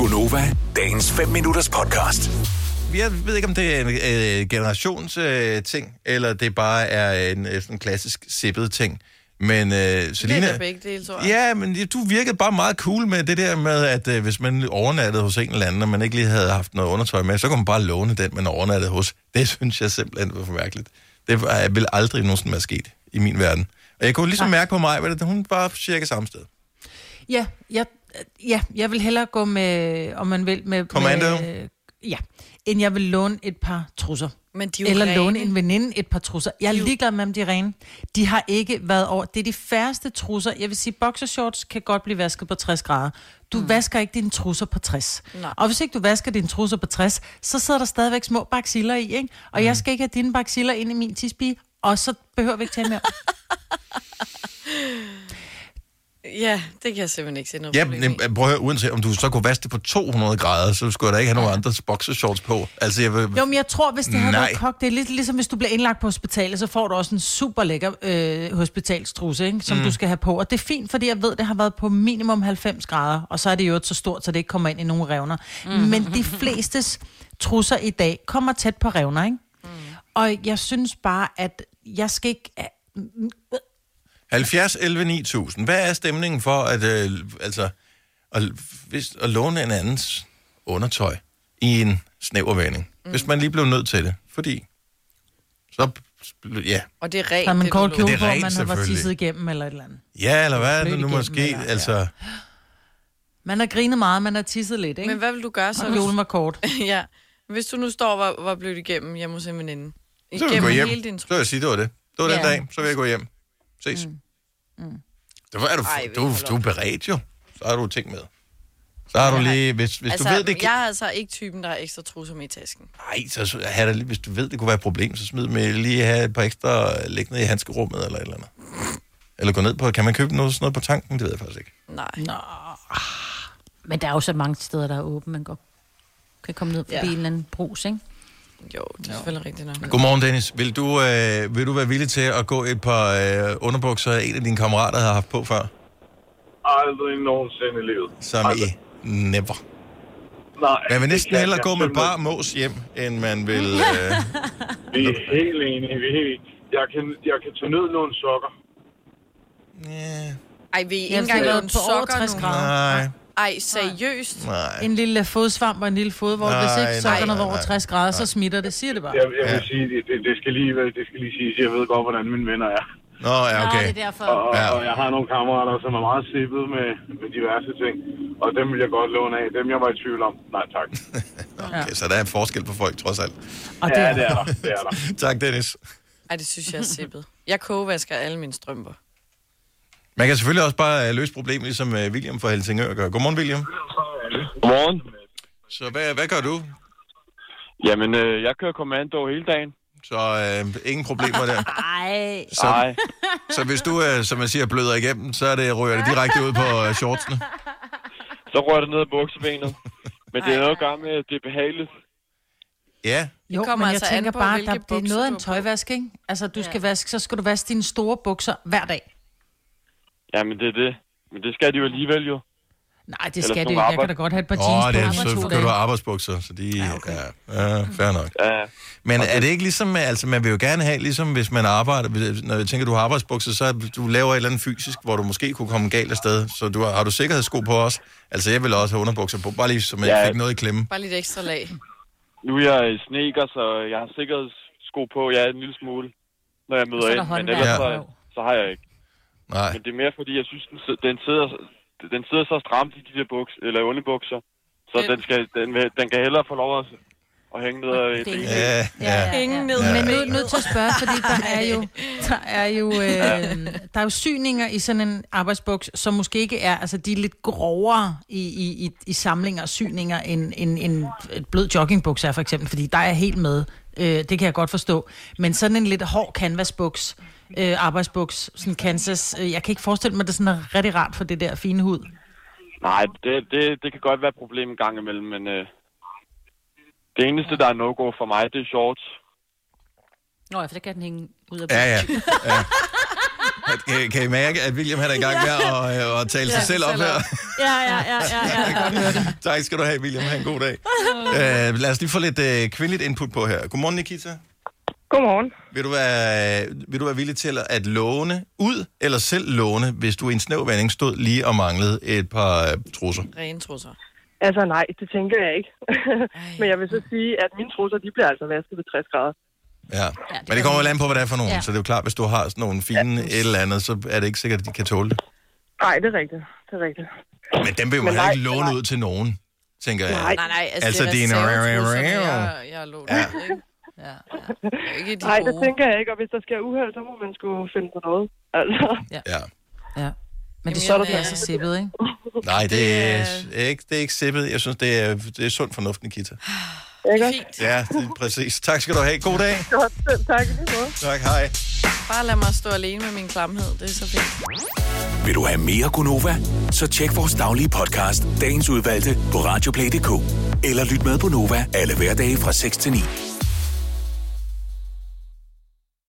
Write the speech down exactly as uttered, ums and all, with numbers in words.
Gonova, dagens fem minutters podcast. Jeg ved ikke, om det er en øh, generationsting, øh, ting, eller det bare er en øh, sådan klassisk sippet ting. Men øh, Selina... Det er begge dele, tror jeg. Ja, men du virkede bare meget cool med det der med, at øh, hvis man overnattede hos en eller anden, og man ikke lige havde haft noget undertøj med, så kunne man bare låne den, man overnattede hos. Det synes jeg simpelthen var for mærkeligt. Det var, vil aldrig nogensinde være sket i min verden. Og jeg kunne ligesom mærke på mig, at hun var cirka samme sted. Ja, jeg, ja, jeg vil hellere gå med, om man vil, med... Commando? Med, ja, end jeg vil låne et par trusser. Men de er jo Eller rene. låne en veninde et par trusser. Jeg er ligeglad med, om de er rene. De har ikke været over... Det er de færreste trusser. Jeg vil sige, boxershorts kan godt blive vasket på tres grader. Du mm. vasker ikke dine trusser på tres. Nej. Og hvis ikke du vasker dine trusser på tres, så sidder der stadigvæk små baciller i, ikke? Og mm. jeg skal ikke have dine baciller ind i min tisbie, og så behøver vi ikke tage mere. Ja, det kan jeg simpelthen ikke se noget Ja, problem i. men prøv at høre, uanset om du så kunne vaske det på to hundrede grader, så skulle der ikke have nogen andre boxershorts på. Altså, jeg vil... Jo, men jeg tror, hvis det havde Nej. været kogt, det er lidt ligesom hvis du bliver indlagt på hospitalet, så får du også en super lækker øh, hospitalstrusse, ikke, som mm. du skal have på. Og det er fint, fordi jeg ved, det har været på minimum halvfems grader, og så er det jo så stort, så det ikke kommer ind i nogen revner. Mm. Men de flestes trusser i dag kommer tæt på revner, ikke? Mm. Og jeg synes bare, at jeg skal ikke... halvfjerds elleve ni tusind. Hvad er stemningen for at, øh, altså, at, hvis, at låne en andens undertøj i en snæver vending? Mm. Hvis man lige blev nødt til det. Fordi, så, ja. Og det er rent, Der er man det, kort du kjole Det er på, rent, man har været selvfølgelig. tisset igennem eller et eller andet. Ja, eller hvad er det Blødt nu igennem, måske? eller- Altså, Man har grinet meget, man har tisset lidt, ikke? Men hvad vil du gøre så? Og kjolen var kort. Ja, hvis du nu står og var, var blødt igennem hjemme hos en veninde. så vil jeg gå hjem. hele din Så vil jeg sige, det var det. Det var den Ja. dag, så vil jeg gå hjem. Ses. Mm. Mm. Det var, er du, Ej, du, vi du er beredt jo. Så har du ting med. Så har du lige, hvis, hvis altså, du ved det... jeg er altså ikke typen, der har ekstra trusser med i tasken. Nej, så så have det, hvis du ved, det kunne være et problem, så smid med lige have et par ekstra liggende i handskerummet eller et eller andet. Eller gå ned på, kan man købe noget, sådan noget på tanken? Det ved jeg faktisk ikke. Nej. Nå. Men der er jo så mange steder, der er åbent, man godt kan komme ned forbi Ja. en eller anden brus, ikke? Jo, det er selvfølgelig rigtigt nok. Godmorgen, Dennis. Vil du, øh, vil du være villig til at gå et par øh, underbukser, en af dine kammerater har haft på før? Aldrig nogensinde i livet. Som Aldrig. i never. Nej. Man vil det næsten kan hellere jeg gå med simpelthen- bar mås hjem, end man vil... Øh... Vi er helt enige. Vi er helt... Jeg kan, jeg kan tage ned nogle sokker. Yeah. Ej, vi er ikke Jeg engang skal lavet på over sokker tres nu. grader. Nej, Ej, seriøst? nej. En lille fodsvamp og en lille fodvold. Nej, Hvis ikke nej, sokkerne nej, var over nej. tres grader, så smitter det. Siger det bare. Jeg, jeg vil Ja. sige, det, det, det, skal lige, det skal lige siges, jeg ved godt, hvordan mine venner er. Nå, ja, okay. Nå, det er derfor. Og, og, Ja. og jeg har nogle kammerater, som er meget sippet med, med diverse ting. Og dem vil jeg godt låne af. Dem, jeg var i tvivl om. Nej, tak. Okay, så der er forskel på folk, trods alt. Og Ja, det er der. Det er der. Tak, Dennis. Ej, det synes jeg er sippet. Jeg kogevasker alle mine strømper. Man kan selvfølgelig også bare øh, løse problemet, ligesom øh, William fra Helsingør gør. Godmorgen, William. Godmorgen. Så hvad, hvad gør du? Jamen, øh, jeg kører kommando hele dagen. Så øh, ingen problemer der. Ej. Så, Nej. så hvis du, øh, som man siger, bløder igennem, så er det, ryger det direkte ud på øh, shortsene. Så rører det ned ad buksebenet. Men det er noget at gøre med, at det er behageligt. Ja, Jo, kommer men altså jeg an tænker på, bare, hvilke at det er bukser noget af du en har på. tøjvask, ikke? Altså, du skal Ja. vaske, så skal du vaske dine store bukser hver dag. Jamen, det er det. Men det skal de jo alligevel jo. Nej, det Eller skal sådan det ikke. nogle Jeg kan da godt have et par åh, jeans oh, på. det er, og så to kan du dage. have arbejdsbukser, så de ja, okay. ja, ja, fair nok. Ja, Men er det ikke ligesom, altså man vil jo gerne have, ligesom hvis man arbejder, når jeg tænker, du har arbejdsbukser, så du laver et eller andet fysisk, hvor du måske kunne komme galt afsted, så du har, har du sikkerhedssko på også? Altså jeg vil også have underbukser på, bare lige så man Ja. ikke fik noget i klemme. Bare lidt ekstra lag. nu er jeg i sneaker, så jeg har sikkerhedssko på. Jeg er en lille smule, når jeg Så møder er der ind. Men håndværk ellers på. så, så har jeg ikke. Nej. Men det er mere fordi, jeg synes, den, sid- den, sidder, den sidder så stramt i de der buks, eller underbukser. Så Men- den, skal, den, vil- den kan hellere få lov at, at hænge ned ad et Det er ben. Ja, ja. Ingen ned. Men nød, nødt til at spørge, fordi der er jo, der er jo, øh, der er jo syninger i sådan en arbejdsbuks, som måske ikke er, altså de er lidt grovere i, i, i, i samlinger og syninger, end, end, end et blød joggingbuks er for eksempel, fordi der er jeg helt med. Øh, det kan jeg godt forstå. Men sådan en lidt hård canvasbuks, øh, arbejdsbuks, sådan Kansas, øh, jeg kan ikke forestille mig, at det sådan er rigtig rart for det der fine hud. Nej, det, det, det kan godt være et problem en gang imellem, men øh, det eneste, der er no-go for mig, det er shorts. Nå, ja, for der kan den hænge ud af Ja, ja. ja. Kan, kan I mærke, at William han er i gang med at, øh, at tale sig selv op her? Ja, ja, ja, ja, ja. Tak skal du have, William. Ha' en god dag. Uh, lad os lige få lidt uh, kvindeligt input på her. Godmorgen, Nikita. Godmorgen. Vil du være, vil du være villig til at låne ud, eller selv låne, hvis du i en snævvending stod lige og manglede et par uh, trusser? Rene trusser. Altså nej, det tænker jeg ikke. Men jeg vil så sige, at mine trusser, de bliver altså vasket ved tres grader. Ja, ja det men det kommer jo an på, hvad det er for nogen. Ja. Så det er jo klart, hvis du har sådan nogle fine ja. et eller andet, så er det ikke sikkert, at de kan tåle det. Nej, det er rigtigt. Det er rigtigt. Men dem vil man heller ikke låne ud til nogen, tænker jeg. Nej, nej, nej. Altså, altså det er dine... reservetrusser, jeg, jeg har lånt, ja. ikke? Ja, ja. Ikke de nej, gode. det tænker jeg ikke, og hvis der sker uheld, så må man sgu finde på noget. Altså. Ja. ja. ja. Men det Jamen, så er der så sippet, ikke? Nej, det er, ikke, det er ikke sippet. Jeg synes, det er, det er sund fornuft, Nikita. Det er fint. Ja, det er præcis. Tak skal du have. God dag. Godt, tak. Tak, hej. Bare lad mig stå alene med min klamhed. Det er så fint. Vil du have mere Gunova? Så tjek vores daglige podcast, dagens udvalgte, på radioplay punktum d k. Eller lyt med på Nova alle hverdage fra seks til ni.